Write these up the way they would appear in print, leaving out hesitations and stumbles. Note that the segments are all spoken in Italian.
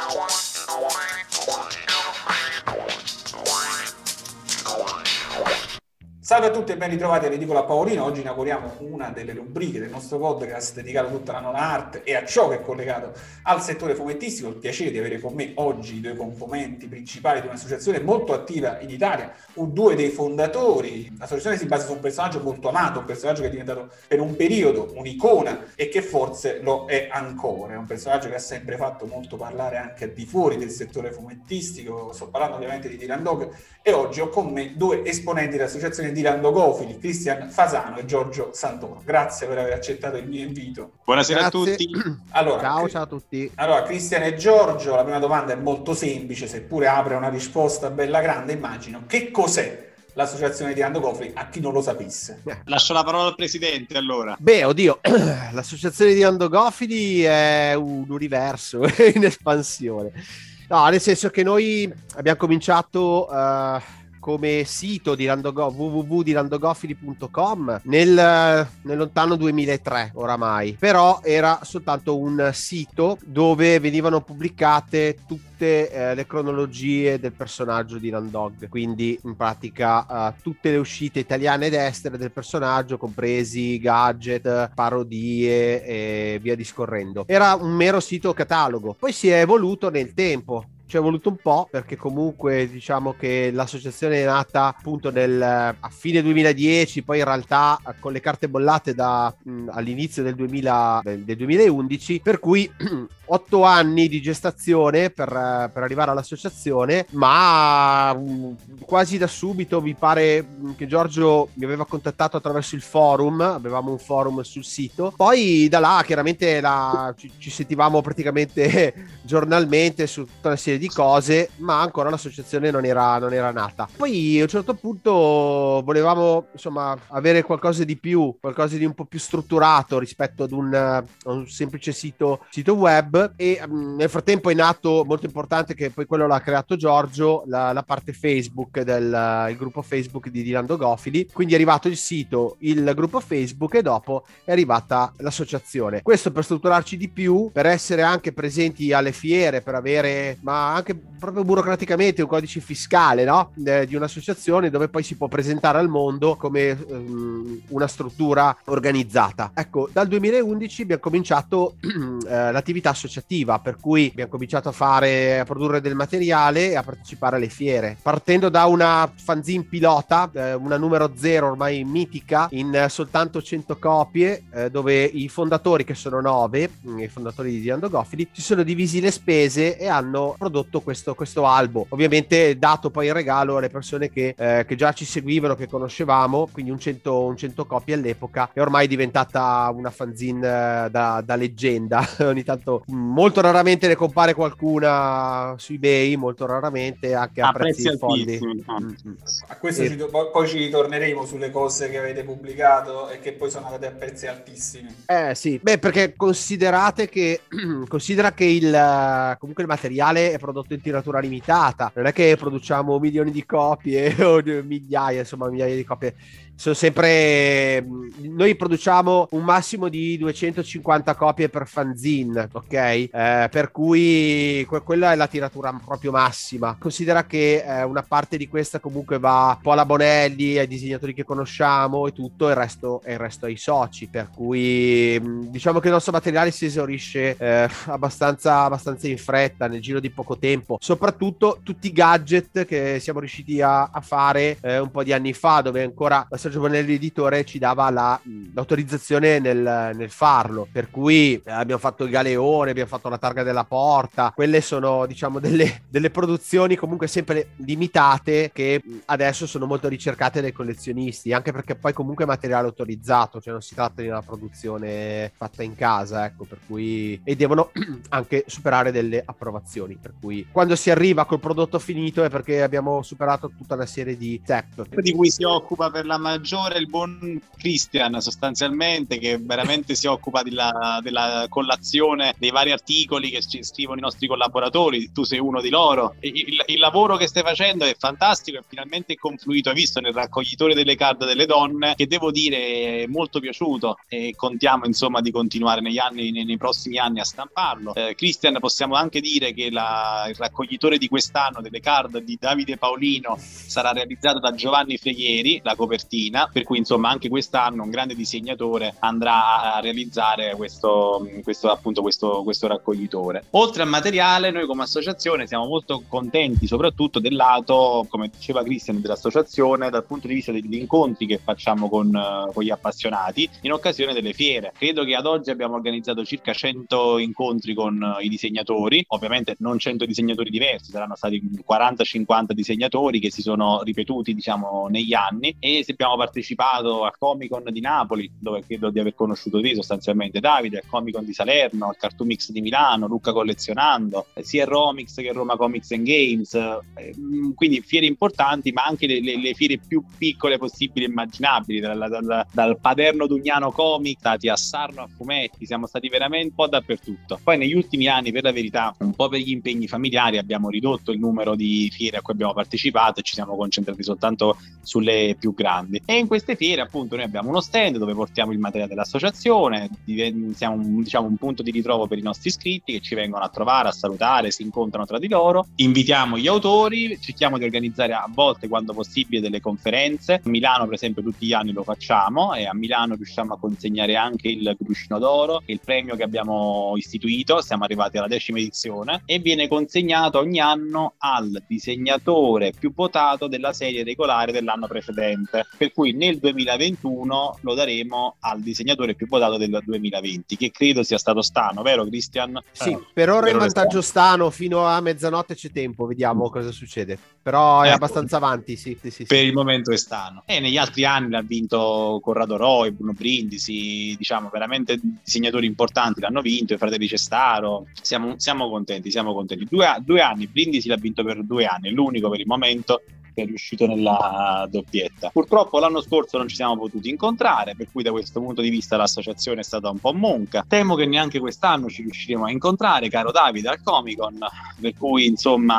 Salve a tutti e ben ritrovati all'Edicola Paolino. Oggi inauguriamo una delle rubriche del nostro podcast dedicato tutta la nona arte e a ciò che è collegato al settore fumettistico. Il piacere di avere con me oggi i due componenti principali di un'associazione molto attiva in Italia, due dei fondatori. L'associazione si basa su un personaggio molto amato, un personaggio che è diventato per un periodo un'icona e che forse lo è ancora. È un personaggio che ha sempre fatto molto parlare anche al di fuori del settore fumettistico. Sto parlando ovviamente di Dylan Dog e oggi ho con me due esponenti dell'associazione Dylan Dogofili, Cristian Fasano e Giorgio Santoro. Grazie per aver accettato il mio invito. Buonasera Grazie. a tutti. Allora, Ciao a tutti. Allora, Cristian e Giorgio, la prima domanda è molto semplice, seppure apre una risposta bella grande, immagino. Che cos'è l'associazione Dylan Dogofili a chi non lo sapesse? Lascio la parola al presidente allora. Beh, oddio, l'associazione di andogofili è un universo in espansione. No, nel senso che noi abbiamo cominciato come sito di www.dylandogofili.com nel lontano 2003 oramai, però era soltanto un sito dove venivano pubblicate tutte le cronologie del personaggio di Dylan Dog, quindi in pratica tutte le uscite italiane ed estere del personaggio, compresi gadget, parodie e via discorrendo. Era un mero sito catalogo, poi si è evoluto nel tempo. Ci è voluto un po' perché comunque diciamo che l'associazione è nata appunto a fine 2010, poi in realtà con le carte bollate all'inizio del 2011, per cui 8 anni di gestazione per arrivare all'associazione, ma quasi da subito mi pare che Giorgio mi aveva contattato attraverso il forum, avevamo un forum sul sito, poi da là chiaramente ci sentivamo praticamente giornalmente su tutta una serie di cose, ma ancora l'associazione non era nata. Poi a un certo punto volevamo insomma avere qualcosa di un po' più strutturato rispetto ad un semplice sito web, e nel frattempo è nato, molto importante, che poi quello l'ha creato Giorgio, la parte Facebook il gruppo Facebook di Dylan Dogofili. Quindi è arrivato il sito, il gruppo Facebook e dopo è arrivata l'associazione. Questo per strutturarci di più, per essere anche presenti alle fiere, per avere anche proprio burocraticamente un codice fiscale, no? Di un'associazione dove poi si può presentare al mondo come una struttura organizzata. Ecco, dal 2011 abbiamo cominciato l'attività associativa, per cui abbiamo cominciato a produrre del materiale e a partecipare alle fiere, partendo da una fanzine pilota, una numero 0 ormai mitica, in soltanto 100 copie, dove i fondatori, che sono 9, i fondatori di Dylan Dogofili, si sono divisi le spese e hanno prodotto questo albo, ovviamente dato poi in regalo alle persone che già ci seguivano, che conoscevamo, quindi un 100 copie all'epoca, è ormai diventata una fanzine da leggenda. Ogni tanto, molto raramente ne compare qualcuna su eBay, molto raramente, anche a prezzi folli. A questo poi ci ritorneremo sulle cose che avete pubblicato e che poi sono andate a prezzi altissimi. Sì, beh, perché considera che comunque il materiale è prodotto in tiratura limitata, non è che produciamo milioni di copie o migliaia di copie. Sono sempre, noi produciamo un massimo di 250 copie per fanzine, ok? Per cui quella è la tiratura proprio massima. Considera che una parte di questa comunque va un po' alla Bonelli, ai disegnatori che conosciamo e tutto, il resto ai soci, per cui diciamo che il nostro materiale si esaurisce abbastanza in fretta, nel giro di poco tempo, soprattutto tutti i gadget che siamo riusciti a fare un po' di anni fa, dove ancora Sergio Bonelli editore ci dava l'autorizzazione nel farlo, per cui abbiamo fatto il galeone, abbiamo fatto la targa della porta. Quelle sono diciamo delle produzioni comunque sempre limitate, che adesso sono molto ricercate dai collezionisti, anche perché poi comunque è materiale autorizzato, cioè non si tratta di una produzione fatta in casa, ecco, per cui, e devono anche superare delle approvazioni, per cui quando si arriva col prodotto finito è perché abbiamo superato tutta una serie di step. Di cui si occupa per la maggiore il buon Christian, sostanzialmente, che veramente si occupa della collazione dei vari articoli che ci scrivono i nostri collaboratori. Tu sei uno di loro. Il lavoro che stai facendo è fantastico, è finalmente confluito, hai visto, nel raccoglitore delle card delle donne, che devo dire è molto piaciuto, e contiamo insomma di continuare nei prossimi anni a stamparlo. Christian, possiamo anche dire che il raccoglitore di quest'anno delle card di Davide Paolino sarà realizzato da Giovanni Freghieri, la copertina, per cui insomma anche quest'anno un grande disegnatore andrà a realizzare questo raccoglitore. Oltre al materiale, noi come associazione siamo molto contenti soprattutto del lato, come diceva Christian, dell'associazione dal punto di vista degli incontri che facciamo con gli appassionati in occasione delle fiere. Credo che ad oggi abbiamo organizzato circa 100 incontri con i disegnatori, ovviamente non 100 disegnatori diversi, saranno stati 40-50 disegnatori che si sono ripetuti diciamo negli anni, e abbiamo partecipato al Comic Con di Napoli, dove credo di aver conosciuto te sostanzialmente Davide, al Comic Con di Salerno, al Cartoon Mix di Milano, Lucca Collezionando, sia il Romix che il Roma Comics and Games, quindi fiere importanti, ma anche le fiere più piccole possibili e immaginabili, dal Paderno Dugnano Comic, stati a Sarno a fumetti, siamo stati veramente un po' dappertutto. Poi negli ultimi anni, per la verità, un po' per gli impegni familiari abbiamo ridotto il numero di fiere a cui abbiamo partecipato e ci siamo concentrati soltanto sulle più grandi. E in queste fiere appunto noi abbiamo uno stand dove portiamo il materiale dell'associazione, siamo un punto di ritrovo per i nostri iscritti che ci vengono a trovare, a salutare, si incontrano tra di loro, invitiamo gli autori, cerchiamo di organizzare a volte, quando possibile, delle conferenze. A Milano per esempio tutti gli anni lo facciamo, e a Milano riusciamo a consegnare anche il Cuscino d'Oro, il premio che abbiamo istituito, siamo arrivati alla 10ª edizione, e viene consegnato ogni anno al disegnatore più votato della serie regolare dell'anno precedente, per cui nel 2021 lo daremo al disegnatore più votato del 2020, che credo sia stato Stano, vero Christian? Sì, per ora in vantaggio Stano, fino a mezzanotte c'è tempo, vediamo cosa succede, però è abbastanza avanti, sì. Per il momento è Stano. E negli altri anni l'ha vinto Corrado Roy, Bruno Brindisi, diciamo veramente disegnatori importanti l'hanno vinto, i fratelli Cestaro. Siamo contenti. 2 anni, Brindisi l'ha vinto per 2 anni, è l'unico per il momento che è riuscito nella doppietta. Purtroppo l'anno scorso non ci siamo potuti incontrare, per cui da questo punto di vista l'associazione è stata un po' monca. Temo che neanche quest'anno ci riusciremo a incontrare, caro Davide, al Comic Con, per cui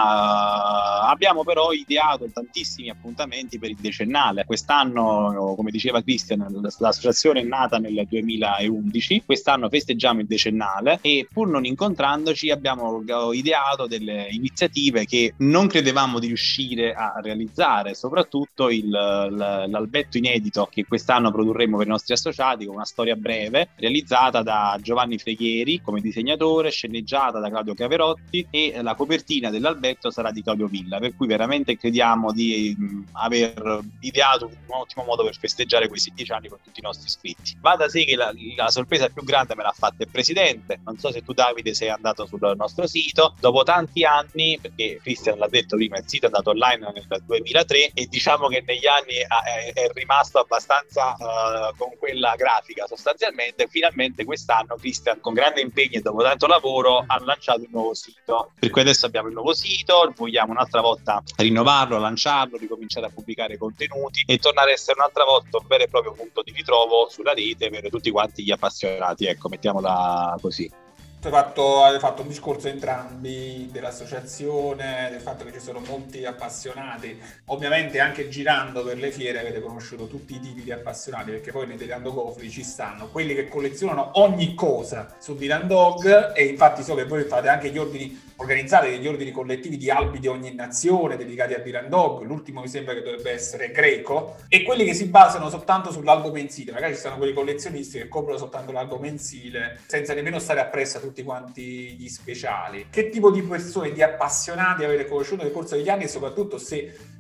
insomma abbiamo però ideato tantissimi appuntamenti per il decennale. Quest'anno, come diceva Christian, l'associazione è nata nel 2011, quest'anno festeggiamo il decennale, e pur non incontrandoci abbiamo ideato delle iniziative che non credevamo di riuscire a realizzare, soprattutto l'albetto inedito che quest'anno produrremo per i nostri associati, con una storia breve realizzata da Giovanni Freghieri come disegnatore, sceneggiata da Claudio Chiaverotti, e la copertina dell'albetto sarà di Claudio Villa, per cui veramente crediamo di aver ideato un ottimo modo per festeggiare questi 10 anni con tutti i nostri iscritti. Va da sé che la sorpresa più grande me l'ha fatta il presidente. Non so se tu, Davide, sei andato sul nostro sito dopo tanti anni, perché Christian l'ha detto prima, il sito è andato online nel 2003, e diciamo che negli anni è rimasto abbastanza con quella grafica sostanzialmente. Finalmente quest'anno Christian, con grande impegno e dopo tanto lavoro, ha lanciato il nuovo sito, per cui adesso abbiamo il nuovo sito, vogliamo un'altra volta rinnovarlo, lanciarlo, ricominciare a pubblicare contenuti e tornare a essere un'altra volta un vero e proprio punto di ritrovo sulla rete per tutti quanti gli appassionati, ecco, mettiamola così. Avete fatto un discorso entrambi dell'associazione, del fatto che ci sono molti appassionati. Ovviamente anche girando per le fiere avete conosciuto tutti i tipi di appassionati, perché poi nei Dylan Dog Offri ci stanno quelli che collezionano ogni cosa su Dylan Dog, e infatti so che voi fate anche organizzate degli ordini collettivi di albi di ogni nazione dedicati a Dylan Dog. L'ultimo mi sembra che dovrebbe essere greco, e quelli che si basano soltanto sull'albo mensile. Magari ci sono quelli collezionisti che comprano soltanto l'albo mensile senza nemmeno stare appresso a tutti quanti gli speciali. Che tipo di persone, di appassionati avete conosciuto nel corso degli anni, e soprattutto se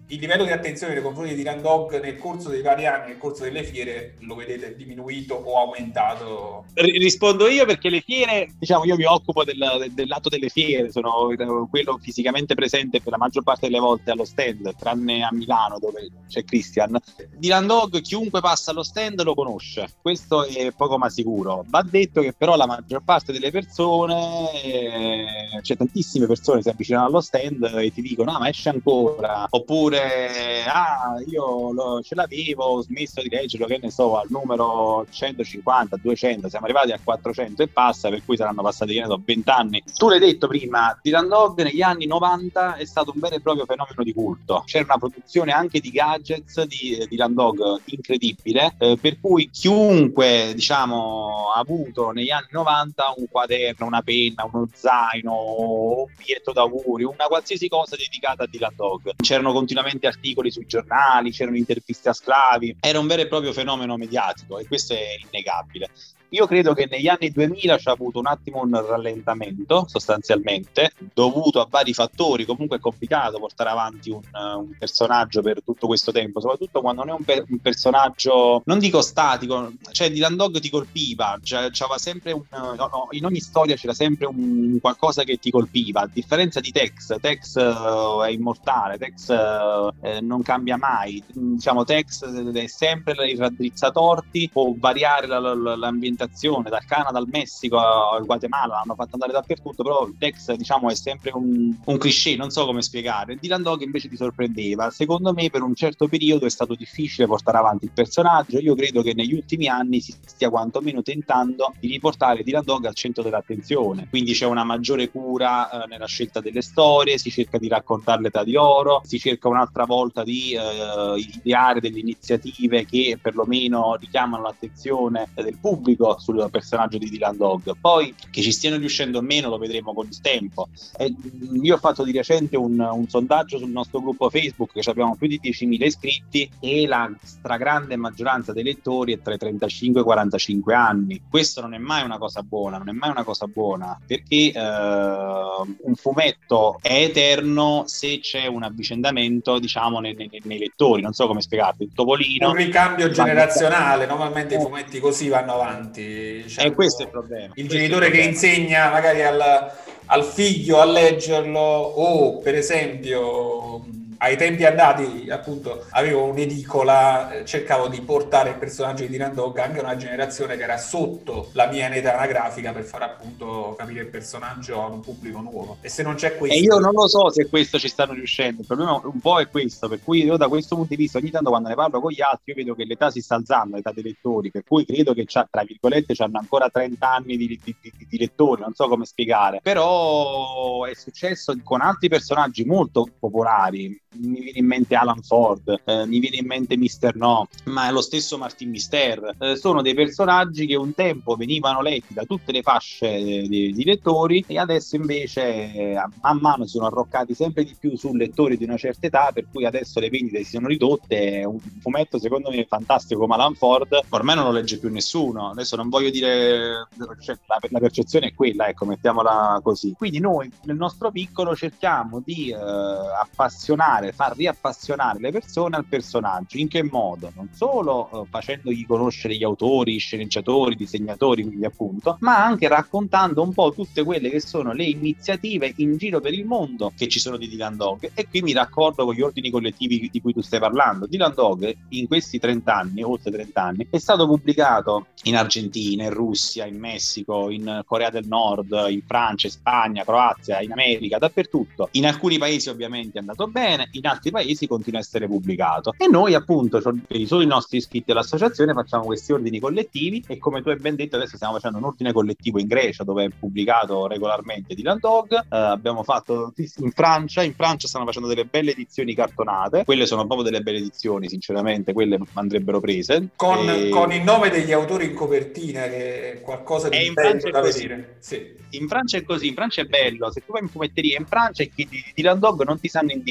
il livello di attenzione nei confronti di Dylan Dog nel corso dei vari anni, nel corso delle fiere, lo vedete diminuito o aumentato? Rispondo io, perché le fiere, diciamo, io mi occupo del lato delle fiere, sono quello fisicamente presente per la maggior parte delle volte allo stand, tranne a Milano dove c'è Christian. Dylan Dog, chiunque passa allo stand lo conosce, questo è poco ma sicuro. Va detto che però la maggior parte delle persone, cioè tantissime persone si avvicinano allo stand e ti dicono ma esce ancora, oppure io ce l'avevo, ho smesso di leggerlo, che ne so, al numero 150, 200, siamo arrivati a 400 e passa, per cui saranno passati, che ne so, 20 anni. Tu l'hai detto prima, Dylan Dog negli anni 90 è stato un vero e proprio fenomeno di culto, c'era una produzione anche di gadgets di Dylan Dog incredibile, per cui chiunque, diciamo, ha avuto negli anni 90 un quaderno, una penna, uno zaino, un biglietto d'auguri, una qualsiasi cosa dedicata a Dylan Dog. C'erano continuamente articoli sui giornali, c'erano interviste a sclavi, era un vero e proprio fenomeno mediatico, e questo è innegabile. Io credo che negli anni 2000 c'è avuto un attimo un rallentamento, sostanzialmente, dovuto a vari fattori. Comunque è complicato portare avanti un personaggio per tutto questo tempo, soprattutto quando non è un personaggio, non dico statico, cioè Dylan Dog ti colpiva, c'era sempre in ogni storia c'era sempre un qualcosa che ti colpiva, a differenza di Tex è immortale, Tex non cambia mai, diciamo Tex è sempre il raddrizzatorti, può variare l'ambientazione dal Canada al Messico al Guatemala, l'hanno fatto andare dappertutto, però Tex, diciamo, è sempre un cliché, non so come spiegare. Dylan Dog invece ti sorprendeva. Secondo me per un certo periodo è stato difficile portare avanti il personaggio. Io credo che negli ultimi anni si stia quantomeno tentando di riportare Dylan Dog al centro dell'attenzione, quindi c'è una maggiore cura nella scelta delle storie, si cerca di raccontarle tra di loro, si cerca un'altra volta di ideare delle iniziative che perlomeno richiamano l'attenzione del pubblico sul personaggio di Dylan Dog. Poi che ci stiano riuscendo o meno lo vedremo con il tempo. Io ho fatto di recente un sondaggio sul nostro gruppo Facebook, che abbiamo più di 10.000 iscritti, e la stragrande maggioranza dei lettori è tra i 35 e i 45 anni. Questo non è mai una cosa buona, perché un fumetto è eterno se c'è un avvicendamento, diciamo, nei lettori. Non so come spiegarti. Il Topolino, un ricambio generazionale, normalmente i fumetti così vanno avanti. E questo è il problema. Il genitore che insegna magari al figlio a leggerlo, o per esempio ai tempi andati, appunto, avevo un'edicola, cercavo di portare il personaggio di Dylan Dog anche a una generazione che era sotto la mia età anagrafica, per far appunto capire il personaggio a un pubblico nuovo. E se non c'è questo... E io non lo so se questo ci stanno riuscendo, il problema un po' è questo, per cui io da questo punto di vista ogni tanto quando ne parlo con gli altri io vedo che l'età si sta alzando, l'età dei lettori, per cui credo che tra virgolette c'hanno ancora 30 anni di lettori, non so come spiegare, però è successo con altri personaggi molto popolari. Mi viene in mente Alan Ford, mi viene in mente Mr. No, ma è lo stesso Martin Mister. Sono dei personaggi che un tempo venivano letti da tutte le fasce di lettori, e adesso invece man mano si sono arroccati sempre di più su lettori di una certa età, per cui adesso le vendite si sono ridotte. Un fumetto secondo me fantastico come Alan Ford ormai non lo legge più nessuno. Adesso non voglio dire, cioè, la percezione è quella, ecco, mettiamola così. Quindi noi nel nostro piccolo cerchiamo di far riappassionare le persone al personaggio. In che modo? Non solo facendogli conoscere gli autori, sceneggiatori, disegnatori, quindi appunto, ma anche raccontando un po' tutte quelle che sono le iniziative in giro per il mondo che ci sono di Dylan Dog. E qui mi raccordo con gli ordini collettivi di cui tu stai parlando. Dylan Dog in questi 30 anni, oltre 30 anni, è stato pubblicato in Argentina, in Russia, in Messico, in Corea del Nord, in Francia, in Spagna, Croazia, in America, dappertutto. In alcuni paesi ovviamente è andato bene, in altri paesi continua a essere pubblicato, e noi appunto per i soli nostri iscritti all'associazione facciamo questi ordini collettivi. E come tu hai ben detto, adesso stiamo facendo un ordine collettivo in Grecia dove è pubblicato regolarmente Dylan Dog. Abbiamo fatto in Francia stanno facendo delle belle edizioni cartonate, quelle sono proprio delle belle edizioni, sinceramente quelle andrebbero prese con il nome degli autori in copertina, che è qualcosa di bello da vedere. In Francia è così, in Francia è bello. Se tu vai in fumetteria in Francia e chiedi Dylan Dog non ti sanno indirizzare,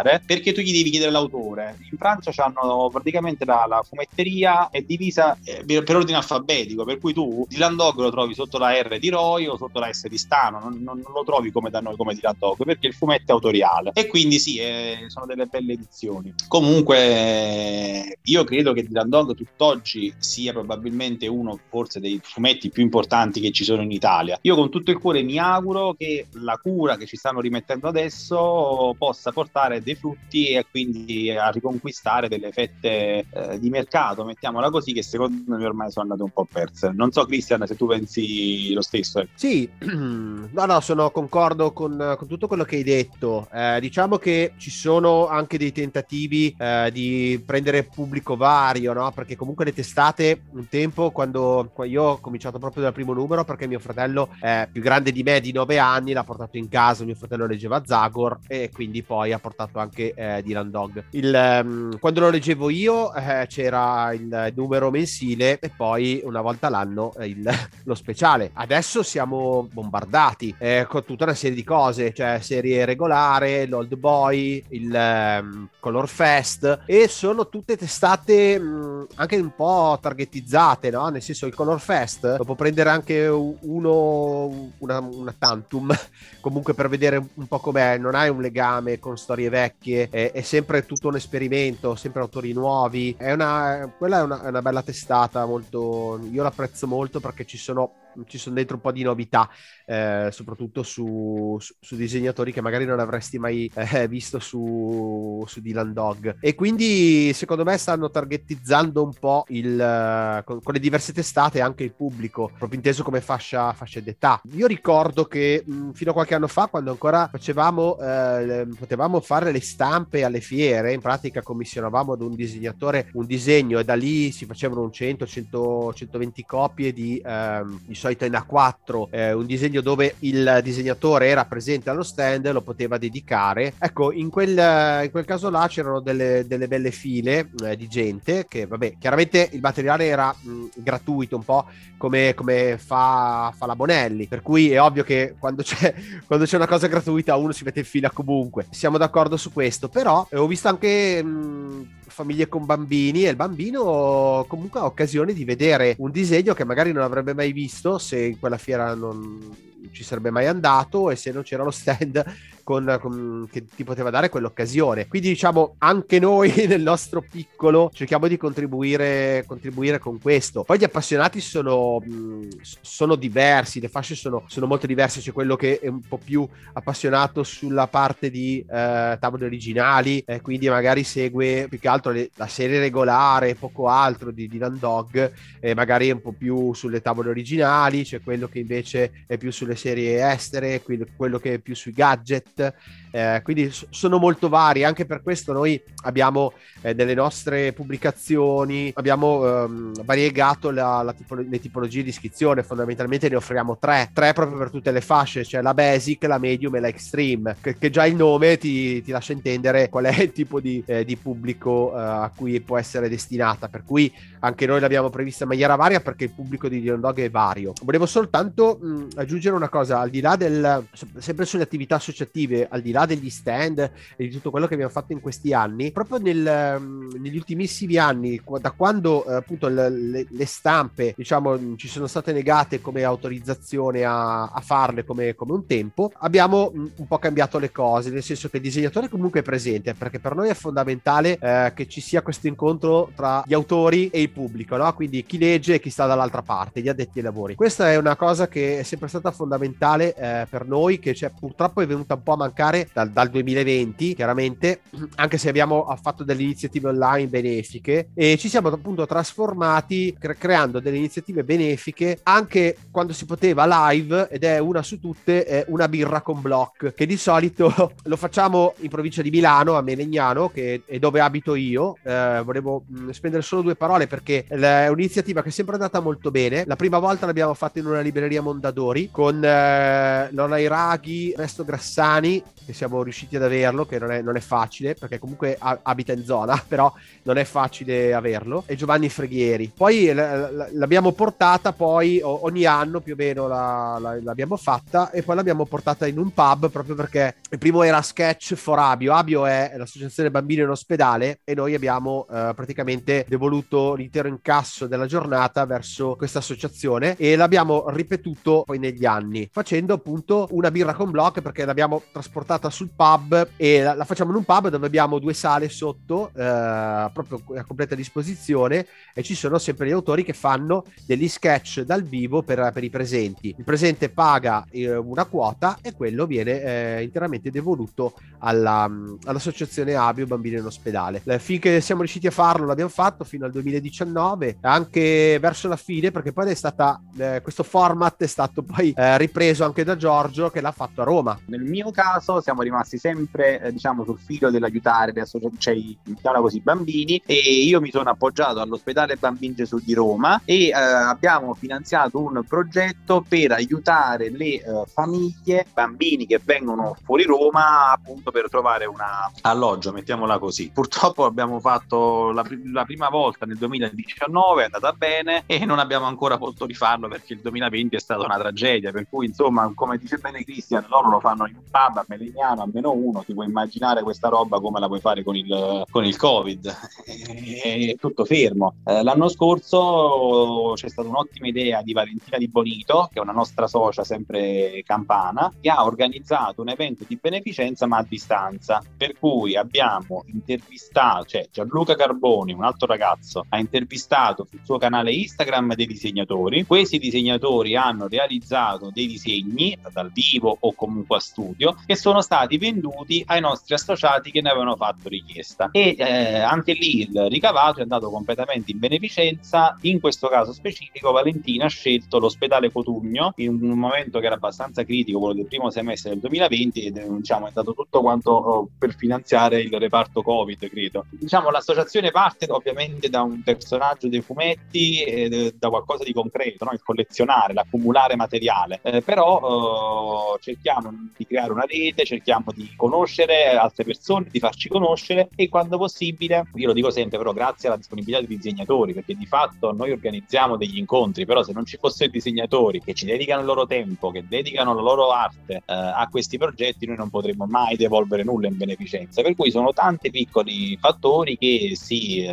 acquistare, perché tu gli devi chiedere l'autore. In Francia c'hanno praticamente la fumetteria è divisa per ordine alfabetico, per cui tu Dylan Dog lo trovi sotto la R di Roy o sotto la S di Stano, non lo trovi come da noi come Dylan Dog, perché il fumetto è autoriale, e quindi sì, sono delle belle edizioni. Comunque io credo che Dylan Dog tutt'oggi sia probabilmente uno forse dei fumetti più importanti che ci sono in Italia. Io con tutto il cuore mi auguro che la cura che ci stanno rimettendo adesso possa portare dei frutti e quindi a riconquistare delle fette di mercato, mettiamola così, che secondo me ormai sono andate un po' perse. Non so, Christian, se tu pensi lo stesso. Sì, no, concordo con tutto quello che hai detto. Diciamo che ci sono anche dei tentativi di prendere pubblico vario, no? Perché comunque le testate un tempo, quando io ho cominciato proprio dal primo numero, perché mio fratello è più grande di me di 9 anni, l'ha portato in casa, mio fratello leggeva Zagor e quindi poi ha portato anche Dylan Dog. Quando lo leggevo io c'era il numero mensile e poi una volta l'anno lo speciale. Adesso siamo bombardati con tutta una serie di cose, cioè serie regolare, l'Old Boy, il Color Fest, e sono tutte testate anche un po' targetizzate, no? Nel senso, il Color Fest lo può prendere anche una Tantum comunque per vedere un po' com'è, non hai un legame con storie vecchie, è sempre tutto un esperimento, sempre autori nuovi, quella è una bella testata, molto, io l'apprezzo molto perché ci sono dentro un po' di novità, soprattutto su disegnatori che magari non avresti mai visto su Dylan Dog, e quindi secondo me stanno targetizzando un po' con le diverse testate anche il pubblico, proprio inteso come fascia d'età. Io ricordo che fino a qualche anno fa, quando ancora potevamo fare le stampe alle fiere, in pratica commissionavamo ad un disegnatore un disegno e da lì si facevano 120 copie di solito in A4, un disegno dove il disegnatore era presente allo stand, lo poteva dedicare. Ecco, in quel caso là c'erano delle belle file di gente che, vabbè, chiaramente il materiale era gratuito, un po' come fa la Bonelli, per cui è ovvio che quando c'è una cosa gratuita uno si mette in fila comunque. Siamo d'accordo su questo, però ho visto anche famiglie con bambini e il bambino comunque ha occasione di vedere un disegno che magari non avrebbe mai visto se in quella fiera non ci sarebbe mai andato e se non c'era lo stand che ti poteva dare quell'occasione. Quindi diciamo anche noi nel nostro piccolo cerchiamo di contribuire con questo. Poi gli appassionati sono diversi, le fasce sono molto diverse. C'è quello che è un po' più appassionato sulla parte di tavole originali, quindi magari segue più che altro la serie regolare, poco altro di Dylan Dog, magari un po' più sulle tavole originali. C'è quello che invece è più sulle serie estere, quello che è più sui gadget. Quindi sono molto vari. Anche per questo noi abbiamo nelle nostre pubblicazioni abbiamo variegato le tipologie di iscrizione. Fondamentalmente ne offriamo tre proprio per tutte le fasce, cioè la basic, la medium e la extreme, che già il nome ti lascia intendere qual è il tipo di pubblico a cui può essere destinata, per cui anche noi l'abbiamo prevista in maniera varia perché il pubblico di Dylan Dog è vario. Volevo soltanto aggiungere una cosa, al di là sempre sulle attività associative, al di là degli stand e di tutto quello che abbiamo fatto in questi anni, proprio negli ultimissimi anni, da quando appunto le stampe, diciamo, ci sono state negate come autorizzazione a farle come un tempo, abbiamo un po' cambiato le cose, nel senso che il disegnatore comunque è presente, perché per noi è fondamentale che ci sia questo incontro tra gli autori e il pubblico, no? Quindi chi legge e chi sta dall'altra parte, gli addetti ai lavori. Questa è una cosa che è sempre stata fondamentale per noi, che purtroppo è venuta un po' a mancare dal 2020, chiaramente, anche se abbiamo fatto delle iniziative online benefiche e ci siamo appunto trasformati creando delle iniziative benefiche anche quando si poteva live, ed è una su tutte una birra con Block, che di solito lo facciamo in provincia di Milano, a Melegnano, che è dove abito io. Volevo spendere solo 2 parole perché è un'iniziativa che è sempre andata molto bene. La prima volta l'abbiamo fatta in una libreria Mondadori con non ai raghi Resto Grassani, che siamo riusciti ad averlo, che non è facile, perché comunque abita in zona, però non è facile averlo, e Giovanni Freghieri. Poi l'abbiamo portata poi ogni anno più o meno l'abbiamo fatta, e poi l'abbiamo portata in un pub, proprio perché il primo era Sketch for Abio. Abio è l'associazione bambini in ospedale, e noi abbiamo praticamente devoluto l'intero incasso della giornata verso questa associazione, e l'abbiamo ripetuto poi negli anni, facendo appunto una birra con block, perché l'abbiamo trasportata sul pub, e la facciamo in un pub dove abbiamo 2 sale sotto, proprio a completa disposizione, e ci sono sempre gli autori che fanno degli sketch dal vivo per i presenti. Il presente paga una quota, e quello viene interamente devoluto all'associazione Abio Bambini in Ospedale. Finché siamo riusciti a farlo l'abbiamo fatto fino al 2019, anche verso la fine, perché poi è stata questo format è stato poi ripreso anche da Giorgio, che l'ha fatto a Roma. Nel mio caso siamo rimasti sempre diciamo sul filo dell'aiutare le associazioni, cioè, così, bambini, e io mi sono appoggiato all'ospedale Bambini Gesù di Roma, e abbiamo finanziato un progetto per aiutare le famiglie, bambini che vengono fuori Roma, appunto per trovare un alloggio, mettiamola così. Purtroppo abbiamo fatto la prima volta nel 2019, è andata bene, e non abbiamo ancora potuto rifarlo perché il 2020 è stata una tragedia, per cui insomma, come dice bene Cristian, loro lo fanno in un pub a Melegnano a -1, ti puoi immaginare questa roba come la puoi fare con il Covid, è tutto fermo. L'anno scorso c'è stata un'ottima idea di Valentina Di Bonito, che è una nostra socia sempre campana, che ha organizzato un evento di beneficenza ma a distanza, per cui abbiamo intervistato, cioè Gianluca Carboni, un altro ragazzo, ha intervistato sul suo canale Instagram dei disegnatori. Questi disegnatori hanno realizzato dei disegni dal vivo o comunque a studio, che sono stati venduti ai nostri associati che ne avevano fatto richiesta, e anche lì il ricavato è andato completamente in beneficenza. In questo caso specifico Valentina ha scelto l'ospedale Cotugno in un momento che era abbastanza critico, quello del primo semestre del 2020, ed diciamo è andato tutto quanto per finanziare il reparto Covid, credo. Diciamo l'associazione parte ovviamente da un personaggio dei fumetti, da qualcosa di concreto, no? Il collezionare, l'accumulare materiale, però cerchiamo di creare una rete, cerchiamo di conoscere altre persone, di farci conoscere, e quando possibile, io lo dico sempre, però grazie alla disponibilità dei disegnatori, perché di fatto noi organizziamo degli incontri, però se non ci fossero i disegnatori che ci dedicano il loro tempo, che dedicano la loro arte a questi progetti, noi non potremmo mai devolvere nulla in beneficenza, per cui sono tanti piccoli fattori che si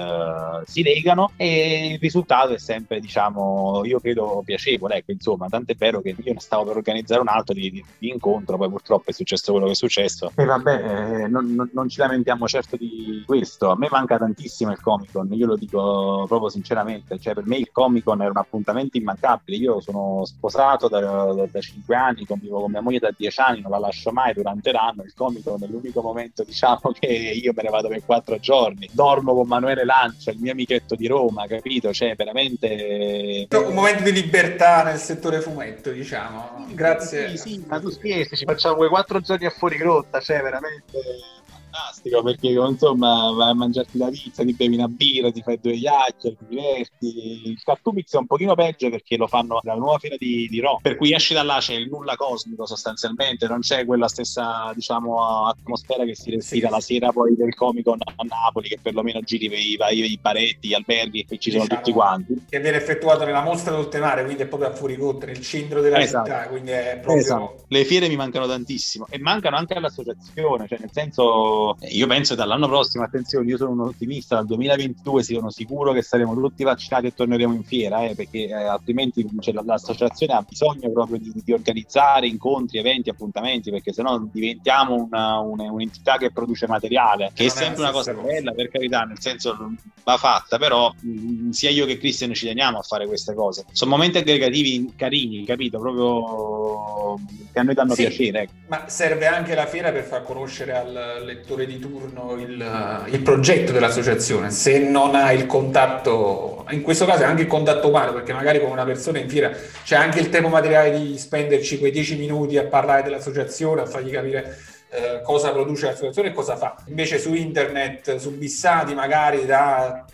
legano, e il risultato è sempre, diciamo, io credo piacevole, ecco, insomma, tant'è vero che io ne stavo per organizzare un altro di incontro, poi purtroppo è successo quello che è successo, e vabbè, non ci lamentiamo certo di questo. A me manca tantissimo il Comic Con, io lo dico proprio sinceramente, cioè per me il Comic Con era un appuntamento immancabile. Io sono sposato da 5 anni, convivo con mia moglie da 10 anni, non la lascio mai durante l'anno. Il Comic Con è l'unico momento, diciamo, che io me ne vado per 4 giorni, dormo con Manuele Lancia, il mio amichetto di Roma, capito? Cioè veramente un momento di libertà nel settore fumetto, diciamo. Grazie. Sì, ma tu scherzi, ci facciamo quei 4 giorni a fuori grotta, cioè veramente fantastico, perché insomma vai a mangiarti la pizza, ti bevi una birra, ti fai 2 chiacchiere, ti diverti. Il Cartoomix è un pochino peggio perché lo fanno alla nuova fiera di Roma, per cui esci da là, c'è il nulla cosmico sostanzialmente, non c'è quella stessa, diciamo, atmosfera che si respira la sera poi del Comic Con a Napoli, che perlomeno giri i baretti, gli alberghi, e ci sono tutti quanti. Che viene effettuato nella Mostra d'Oltremare, quindi è proprio a Fuoricotta, nel centro della città, quindi è proprio... Esatto. Le fiere mi mancano tantissimo, e mancano anche all'associazione, cioè nel senso, io penso che dall'anno prossimo, attenzione, io sono un ottimista, dal 2022 sono sicuro che saremo tutti vaccinati e torneremo in fiera, perché altrimenti l'associazione ha bisogno proprio di organizzare incontri, eventi, appuntamenti, perché sennò diventiamo un'entità che produce materiale, che è sempre una cosa bella, per carità, nel senso va fatta, però sia io che Cristian ci teniamo a fare queste cose. Sono momenti aggregativi carini, capito? Proprio che a noi danno piacere. Ecco. Ma serve anche la fiera per far conoscere al lettore di turno il progetto dell'associazione. Se non ha il contatto, in questo caso è anche il contatto umano, perché magari con una persona in fiera c'è anche il tempo materiale di spenderci quei 10 minuti a parlare dell'associazione, a fargli capire cosa produce l'associazione e cosa fa. Invece su internet, subissati magari da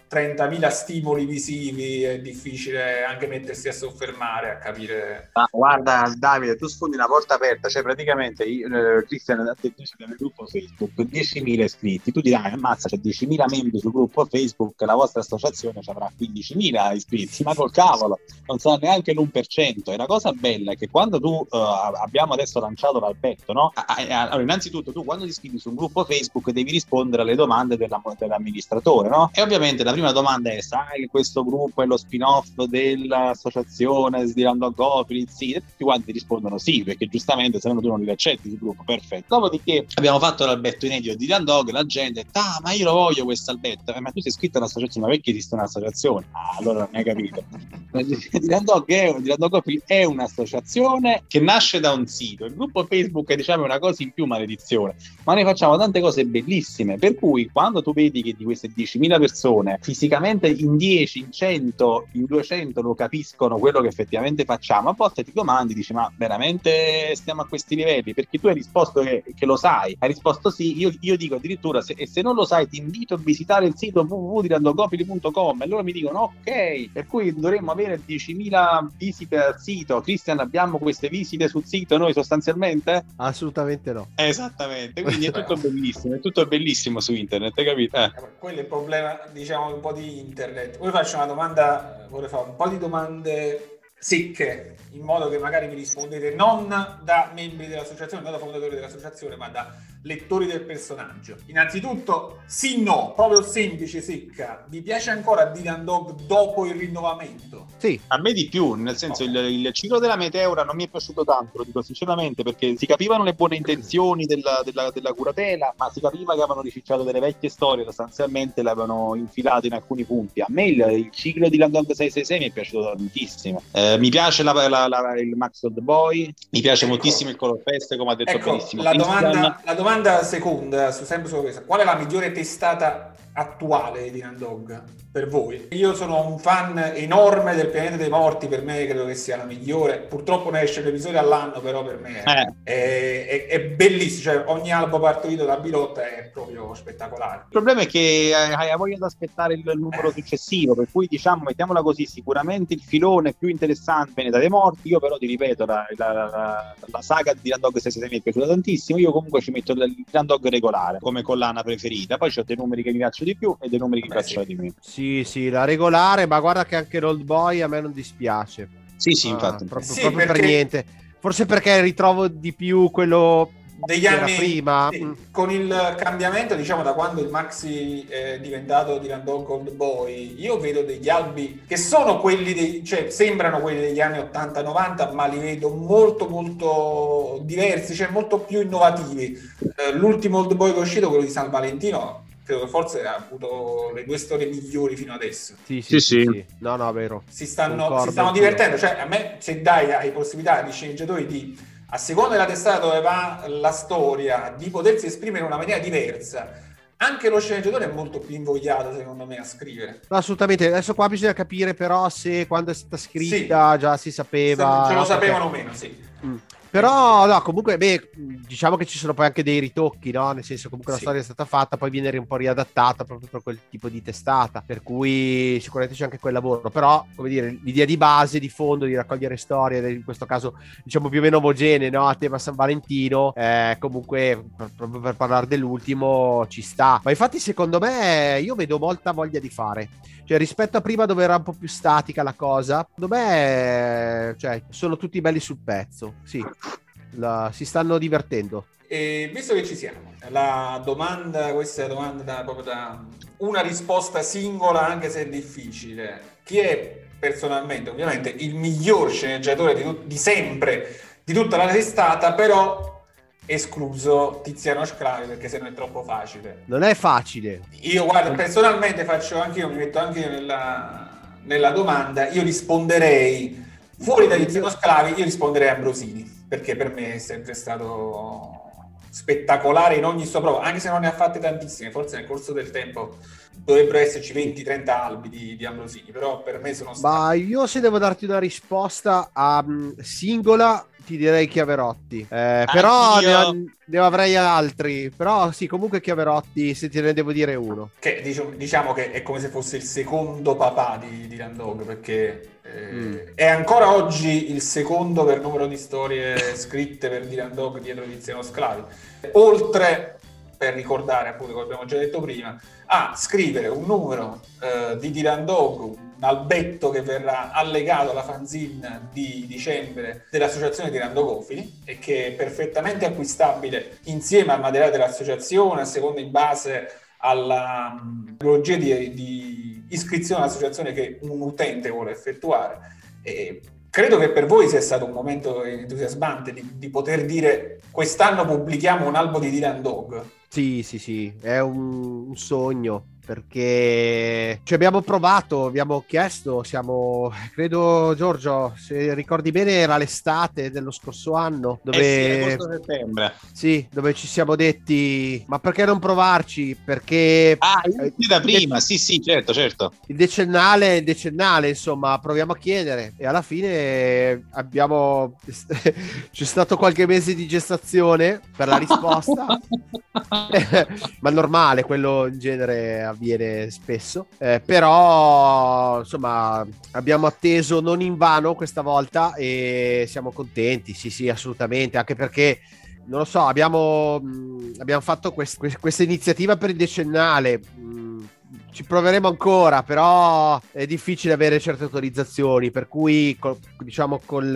30.000 stimoli visivi, è difficile anche mettersi a soffermare, a capire. Ma guarda Davide, tu sfondi una porta aperta, cioè praticamente Cristian ha detto nel gruppo Facebook 10.000 iscritti, tu dirai ammazza, c'è 10.000 membri sul gruppo Facebook, la vostra associazione ci avrà 15.000 iscritti, ma col cavolo, non sarà neanche l'1%. E la cosa bella è che quando tu abbiamo adesso lanciato l'albetto, no? Allora, innanzitutto tu quando ti iscrivi su un gruppo Facebook devi rispondere alle domande dell'amministratore, no? E ovviamente la prima domanda è: sai che questo gruppo è lo spin-off dell'associazione di Randogopoli? Sì, e tutti quanti rispondono sì, perché giustamente se no tu non li accetti sul gruppo. Perfetto. Dopodiché abbiamo fatto l'albetto inedito di Randog, la gente ha detto ma io lo voglio questo albetto. Ma tu sei iscritto all'associazione, ma perché esiste un'associazione? Allora non hai capito. Di Randogopoli è un'associazione che nasce da un sito. Il gruppo Facebook è, diciamo, una cosa in più, maledizione, ma noi facciamo tante cose bellissime, per cui quando tu vedi che di queste 10.000 persone fisicamente in 10, in 100, in 200 lo capiscono quello che effettivamente facciamo, a volte ti domandi, dici ma veramente stiamo a questi livelli? Perché tu hai risposto che lo sai, hai risposto sì. Io dico addirittura se non lo sai ti invito a visitare il sito www.randogopoli.com, e loro mi dicono ok, per cui dovremmo avere 10.000 visite al sito. Cristian, abbiamo queste visite sul sito noi sostanzialmente? Assolutamente no. Esattamente, quindi è tutto bellissimo su internet, hai capito? Quello è il problema, diciamo, un po' di internet. Poi faccio una domanda, vorrei fare un po' di domande secche, in modo che magari mi rispondete non da membri dell'associazione, non da fondatori dell'associazione, ma da lettori del personaggio. Innanzitutto, sì, no, proprio semplice, secca. Vi piace ancora Dylan Dog dopo il rinnovamento? Sì. A me di più, nel senso il ciclo della Meteora non mi è piaciuto tanto, lo dico sinceramente, perché si capivano le buone intenzioni della curatela, ma si capiva che avevano ricicciato delle vecchie storie, sostanzialmente le avevano infilate in alcuni punti. A me il ciclo di Dylan Dog 666 mi è piaciuto tantissimo. Mi piace il Max Old Boy, mi piace moltissimo il Color Fest, come ha detto benissimo la domanda seconda, sempre su questa: qual è la migliore testata attuale di Dylan Dog per voi? Io sono un fan enorme del Pianeta dei Morti, per me credo che sia la migliore. Purtroppo ne esce l'episodio all'anno, però per me è bellissimo, cioè ogni albo partorito da Bilotta è proprio spettacolare. Il problema è che hai voglia di aspettare il numero successivo, per cui diciamo, mettiamola così, sicuramente il filone più interessante Pianeta dei Morti. Io però ti ripeto, la saga di Dylan Dog 666 mi è piaciuta tantissimo. Io comunque ci metto il Dylan Dog regolare come collana preferita, poi c'ho dei numeri che mi piacciono di più e dei numeri che mi piacciono di meno. Sì, la regolare, ma guarda che anche l'Old Boy a me non dispiace. Sì, infatti. Proprio per niente. Forse perché ritrovo di più quello degli anni prima. Sì, con il cambiamento, diciamo, da quando il Maxi è diventato Dylan Dog Old Boy, io vedo degli albi che sono quelli cioè sembrano quelli degli anni 80-90, ma li vedo molto molto diversi, cioè molto più innovativi. L'ultimo Old Boy che è uscito, quello di San Valentino, credo che forse ha avuto le 2 storie migliori fino adesso. Sì. No, vero. Si stanno divertendo, cioè a me, se hai possibilità di sceneggiatori di, a seconda della testata dove va la storia, di potersi esprimere in una maniera diversa, anche lo sceneggiatore è molto più invogliato, secondo me, a scrivere. No, assolutamente. Adesso qua bisogna capire però se quando è stata scritta già si sapeva. Ce lo sapevano meno, sì. Però no, comunque diciamo che ci sono poi anche dei ritocchi, no? Nel senso, comunque la storia è stata fatta, poi viene un po' riadattata proprio per quel tipo di testata, per cui sicuramente c'è anche quel lavoro. Però, come dire, l'idea di base, di fondo, di raccogliere storie, in questo caso diciamo più o meno omogenee, no? A tema San Valentino, comunque proprio per parlare dell'ultimo ci sta. Ma infatti secondo me io vedo molta voglia di fare, cioè rispetto a prima dove era un po' più statica la cosa, secondo me cioè, sono tutti belli sul pezzo, sì. Si stanno divertendo. E visto che ci siamo, questa è la domanda proprio da una risposta singola, anche se è difficile. Chi è personalmente, ovviamente, il miglior sceneggiatore di sempre, di tutta la testata, però escluso Tiziano Sclavi, perché se no è troppo facile. Non è facile. Io, guarda, personalmente mi metto anche nella domanda, io risponderei, fuori da Tiziano Sclavi, io risponderei a Ambrosini, perché per me è sempre stato spettacolare in ogni sua prova, anche se non ne ha fatte tantissime. Forse nel corso del tempo dovrebbero esserci 20-30 albi di Ambrosini, però per me sono stati... Ma io se devo darti una risposta singola, ti direi Chiaverotti, però ne avrei altri, però sì, comunque Chiaverotti, se te ne devo dire uno. Che diciamo che è come se fosse il secondo papà di Dylan Dog, perché è ancora oggi il secondo per numero di storie scritte per Dylan Dog dietro Tiziano Sclavi, oltre, per ricordare appunto, come abbiamo già detto prima, a scrivere un numero di Dylan Dog, un albetto che verrà allegato alla fanzine di dicembre dell'associazione Dylan Dogofili e che è perfettamente acquistabile insieme al materiale dell'associazione, a seconda in base alla tipologia di iscrizione all'associazione che un utente vuole effettuare. E credo che per voi sia stato un momento entusiasmante di poter dire: quest'anno pubblichiamo un albo di Dylan Dog. Sì, è un sogno, perché ci abbiamo provato, abbiamo chiesto, credo, Giorgio, se ricordi bene, era l'estate dello scorso anno, dove agosto-settembre. Sì, dove ci siamo detti: ma perché non provarci? Perché da prima, sì, certo. Il decennale, insomma, proviamo a chiedere, e alla fine c'è stato qualche mese di gestazione per la risposta. Ma normale, quello in genere avviene spesso, però insomma abbiamo atteso non invano questa volta e siamo contenti, sì, assolutamente, anche perché non lo so, abbiamo fatto questa iniziativa per il decennale. Ci proveremo ancora, però è difficile avere certe autorizzazioni, per cui diciamo col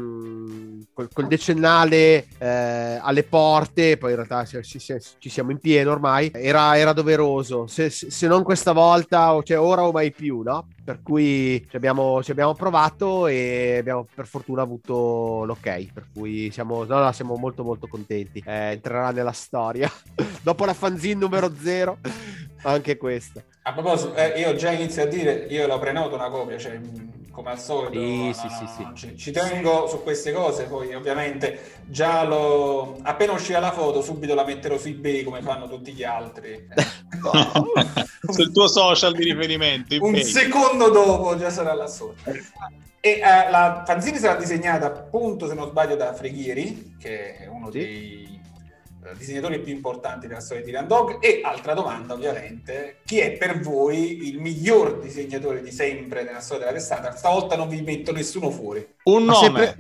decennale alle porte, poi in realtà ci siamo in pieno ormai, era doveroso, se non questa volta, cioè ora o mai più, no? Per cui ci abbiamo provato e abbiamo per fortuna avuto l'ok, per cui siamo molto molto contenti. Entrerà nella storia dopo la fanzine numero 0 anche questa. A proposito, io già inizio a dire, io lo prenoto una copia, cioè come al solito. Sì. Ci tengo su queste cose, poi ovviamente appena uscirà la foto subito la metterò su eBay come fanno tutti gli altri. Sul tuo social di riferimento, un secondo dopo già sarà là sotto. E la fanzine sarà disegnata appunto, se non sbaglio, da Freghieri, che è uno dei disegnatori più importanti della storia di Dylan Dog. E altra domanda, ovviamente: chi è per voi il miglior disegnatore di sempre nella storia della testata? Stavolta non vi metto nessuno fuori. Un nome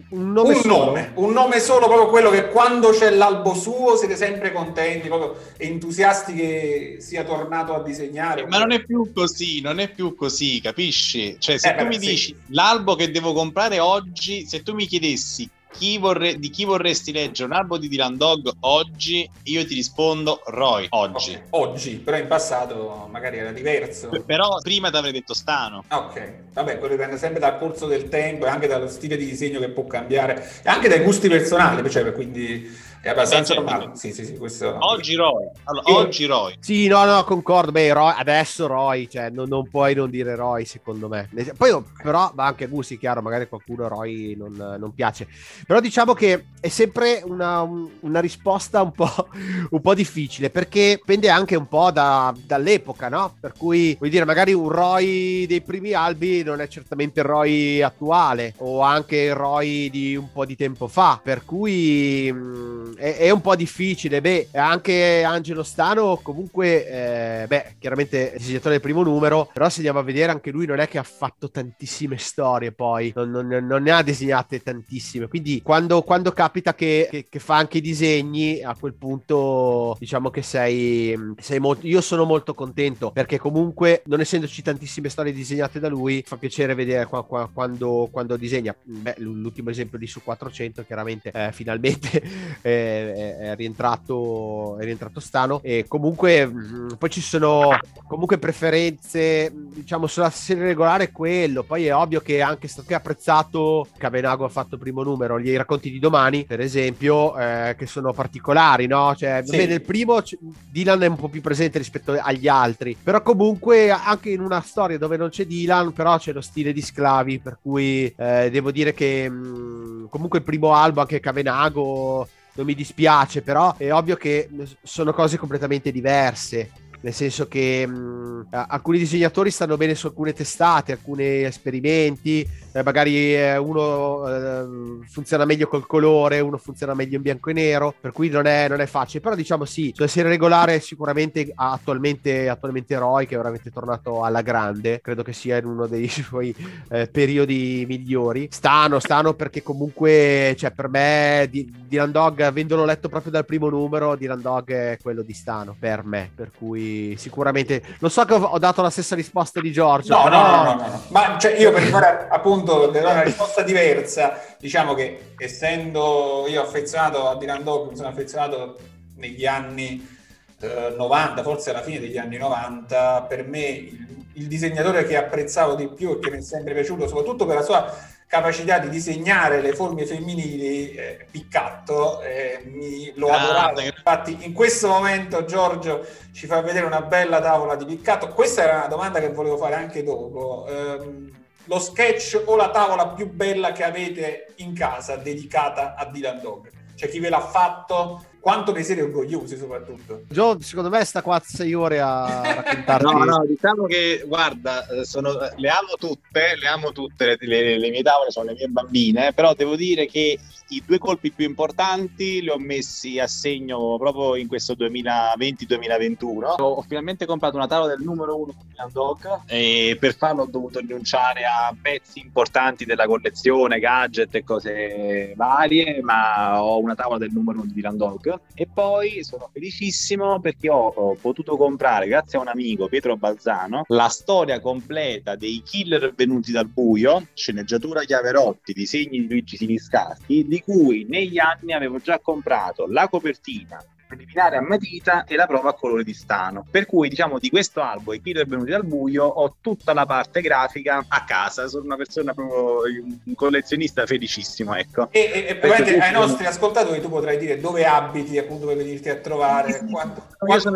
solo, proprio quello che quando c'è l'albo suo siete sempre contenti, proprio entusiasti che sia tornato a disegnare. Ma non è più così, capisci? Cioè, se tu mi dici l'albo che devo comprare oggi, se tu mi chiedessi di chi vorresti leggere un albo di Dylan Dog oggi, io ti rispondo Roy. Oggi, però in passato magari era diverso. Però prima ti avrei detto Stano. Ok, vabbè, quello dipende sempre dal corso del tempo e anche dallo stile di disegno che può cambiare, e anche dai gusti personali, cioè, quindi è abbastanza normale. Sì, questo. Oggi Roy. Sì, no, concordo. Beh, adesso Roy, cioè non puoi non dire Roy, secondo me. Poi però va anche a gusti, chiaro, magari qualcuno Roy non piace. Però diciamo che è sempre una risposta un po' difficile, perché dipende anche un po' dall'epoca, no? Per cui, vuoi dire, magari un Roy dei primi albi non è certamente il Roy attuale, o anche il Roy di un po' di tempo fa, per cui è un po' difficile. Beh, anche Angelo Stano comunque, chiaramente è disegnatore del primo numero, però se andiamo a vedere, anche lui non è che ha fatto tantissime storie, poi non ne ha disegnate tantissime, quindi quando capita che fa anche i disegni, a quel punto diciamo che sei molto, io sono molto contento, perché comunque, non essendoci tantissime storie disegnate da lui, fa piacere vedere quando disegna. L'ultimo esempio di su 400, chiaramente finalmente è rientrato Stano, e comunque poi ci sono comunque preferenze, diciamo, sulla serie regolare, quello. Poi è ovvio che anche stato che apprezzato Cavenago ha fatto primo numero, i racconti di domani, per esempio, che sono particolari, no? Cioè, sì. Nel primo Dylan è un po' più presente rispetto agli altri, però comunque anche in una storia dove non c'è Dylan, però c'è lo stile di Sclavi, per cui devo dire che comunque il primo albo, anche Cavenago, non mi dispiace, però è ovvio che sono cose completamente diverse, nel senso che alcuni disegnatori stanno bene su alcune testate, alcuni esperimenti, magari uno funziona meglio col colore, uno funziona meglio in bianco e nero, per cui non è facile. Però diciamo sì, sulla serie regolare sicuramente attualmente Roy, che è veramente tornato alla grande, credo che sia in uno dei suoi periodi migliori. Stano perché comunque, cioè, per me Dylan Dog, avendolo letto proprio dal primo numero, Dylan Dog è quello di Stano per me, per cui sicuramente non so che ho dato la stessa risposta di Giorgio. No. Ma cioè, io per fare appunto una risposta diversa, diciamo che essendo io affezionato a Dylan Dog, mi sono affezionato negli anni 90, forse alla fine degli anni 90, per me il disegnatore che apprezzavo di più e che mi è sempre piaciuto, soprattutto per la sua capacità di disegnare le forme femminili, Piccatto, lo adoravo. Infatti in questo momento Giorgio ci fa vedere una bella tavola di Piccatto. Questa era una domanda che volevo fare anche dopo. Lo sketch o la tavola più bella che avete in casa dedicata a Dylan Dog? Cioè, chi ve l'ha fatto? Quanto ne siete orgogliosi, soprattutto? Gio, secondo me sta qua 6 ore a raccontarti. No, diciamo che, guarda, le amo tutte, le mie tavole sono le mie bambine, però devo dire che i 2 colpi più importanti li ho messi a segno proprio in questo 2020-2021. Ho finalmente comprato una tavola del numero 1 di Dylan Dog, e per farlo ho dovuto rinunciare a pezzi importanti della collezione, gadget e cose varie, ma ho una tavola del numero 1 di Dylan Dog. E poi sono felicissimo perché ho potuto comprare, grazie a un amico, Pietro Balzano, la storia completa dei Killer venuti dal buio, sceneggiatura Chiaverotti, disegni di Luigi Siniscaschi, di cui negli anni avevo già comprato la copertina preliminare a matita e la prova a colore di Stano, per cui diciamo di questo albo, i Killer venuti dal buio, ho tutta la parte grafica a casa. Sono una persona proprio, un collezionista felicissimo, ecco. E probabilmente ai nostri ascoltatori tu potrai dire dove abiti, appunto, per venirti a trovare. Io sono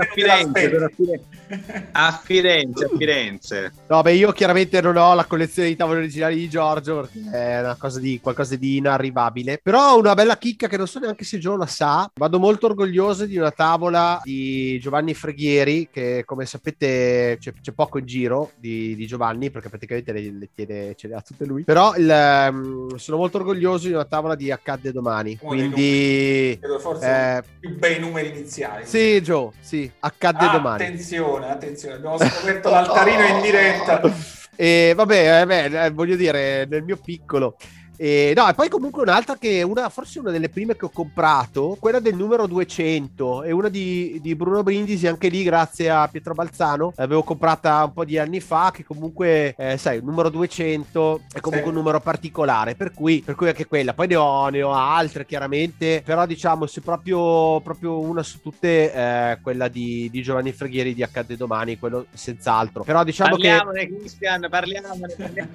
a Firenze. No, beh, io chiaramente non ho la collezione di tavole originali di Giorgio, perché è qualcosa di inarrivabile, però ho una bella chicca che non so neanche se Gio la sa. Vado molto orgoglioso di una tavola di Giovanni Freghieri, che come sapete c'è poco in giro di Giovanni, perché praticamente ce le ha tutte lui, però sono molto orgoglioso di una tavola di Accadde domani, quindi forse più bei numeri iniziali. Sì, Gio, sì, Accadde domani. Attenzione, abbiamo scoperto l'altarino in diretta. E vabbè, voglio dire, nel mio piccolo. E poi comunque un'altra forse una delle prime che ho comprato, quella del numero 200, è una di Bruno Brindisi, anche lì grazie a Pietro Balzano, l'avevo comprata un po' di anni fa, che comunque sai, il numero 200 è comunque un numero particolare, per cui anche quella. Poi ne ho altre chiaramente, però diciamo se proprio una su tutte, quella di Giovanni Freghieri di Accadde domani, quello senz'altro. Però diciamo Cristian, parliamone.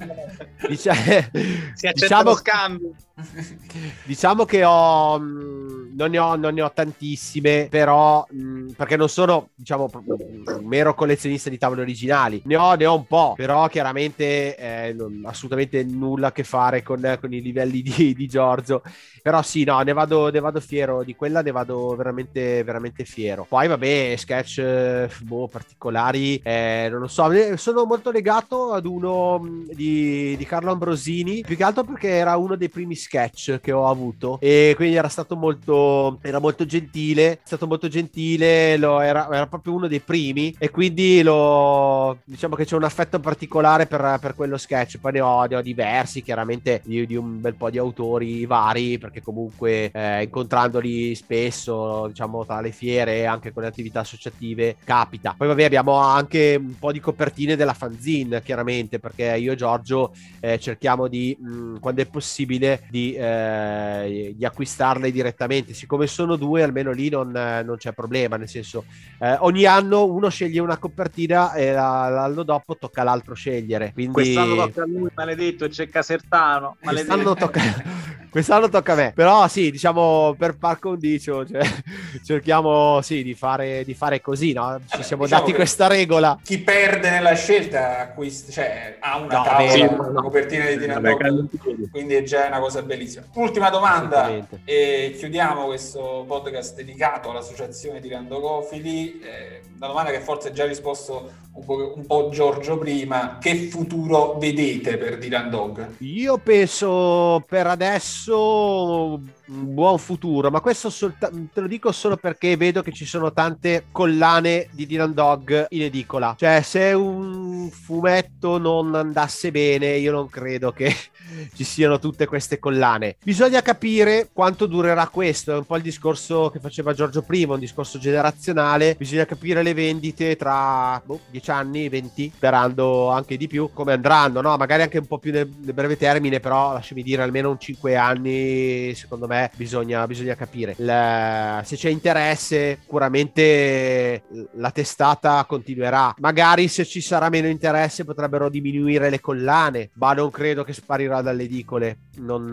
Diciamo scambio. Diciamo che non ne ho tantissime, però perché non sono, diciamo, un mero collezionista di tavole originali. Ne ho un po', però chiaramente assolutamente nulla a che fare con i livelli di Giorgio. Però sì, no, ne vado fiero di quella, ne vado veramente veramente fiero. Poi vabbè, sketch particolari, non lo so, sono molto legato ad uno di Carlo Ambrosini, più che altro perché era uno dei primi sketch che ho avuto, e quindi era molto gentile, era proprio uno dei primi, e quindi diciamo che c'è un affetto particolare per quello sketch. Poi ne ho diversi, chiaramente di un bel po' di autori vari, perché comunque incontrandoli spesso, diciamo, tra le fiere e anche con le attività associative capita. Poi vabbè, abbiamo anche un po' di copertine della fanzine, chiaramente, perché io e Giorgio cerchiamo di, quando è possibile, di acquistarle direttamente. Siccome sono 2, almeno lì non c'è problema, nel senso ogni anno uno sceglie una copertina e l'anno dopo tocca all'altro scegliere. Quindi quest'anno tocca a lui, maledetto, c'è Casertano, maledetto. Quest'anno tocca a me, però sì, diciamo per par condicio, cioè, cerchiamo sì di fare così, no? Ci siamo diciamo dati che questa regola. chi perde nella scelta cioè, ha una No, tavola, sì, una copertina di Dylan Dog, quindi è già una cosa bellissima. Ultima domanda e chiudiamo questo podcast dedicato all'associazione di Randogofili. Una domanda che forse ha già risposto un po' Giorgio prima: che futuro vedete per Dylan Dog? Io penso per adesso un buon futuro, ma questo te lo dico solo perché vedo che ci sono tante collane di Dylan Dog in edicola. Cioè, se un fumetto non andasse bene, io non credo che ci siano tutte queste collane. Bisogna capire quanto durerà questo, è un po' il discorso che faceva Giorgio prima, un discorso generazionale. Bisogna capire le vendite tra 10 anni, 20, sperando anche di più, come andranno, no? Magari anche un po' più nel breve termine, però lasciami dire almeno un 5 anni, secondo me bisogna capire. Se c'è interesse, sicuramente la testata continuerà. Magari se ci sarà meno interesse potrebbero diminuire le collane, ma non credo che sparirà dalle edicole. Non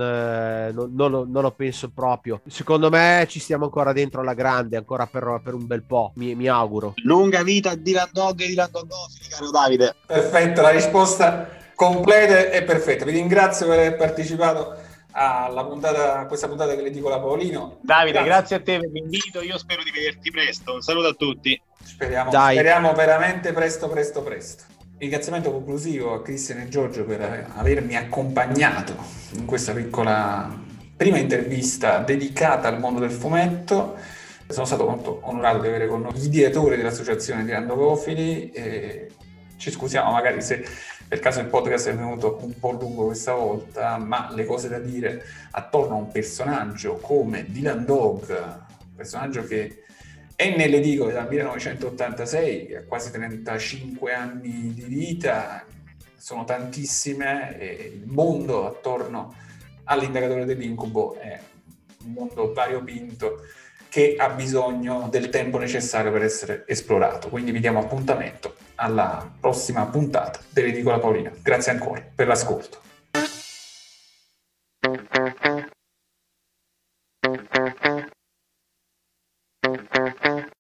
lo penso proprio. Secondo me ci stiamo ancora dentro alla grande, ancora per un bel po', mi auguro. Lunga vita a Dylan Dog e Dylan Dogofili, caro Davide. Perfetto, la risposta completa e perfetta. Vi ringrazio per aver partecipato a questa puntata dell'Edicola Paolino. Davide, grazie a te per l'invito, io spero di vederti presto. Un saluto a tutti. Speriamo veramente presto. Ringraziamento conclusivo a Cristian e Giorgio per avermi accompagnato in questa piccola prima intervista dedicata al mondo del fumetto. Sono stato molto onorato di avere con noi i direttori dell'associazione di Randogofili. Ci scusiamo magari se per caso il podcast è venuto un po' lungo questa volta, ma le cose da dire attorno a un personaggio come Dylan Dog, un personaggio che è nelle edicole dal 1986, che ha quasi 35 anni di vita, sono tantissime, e il mondo attorno all'indagatore dell'incubo è un mondo variopinto che ha bisogno del tempo necessario per essere esplorato. Quindi vi diamo appuntamento alla prossima puntata dell'Edicola Paolina. Grazie ancora per l'ascolto.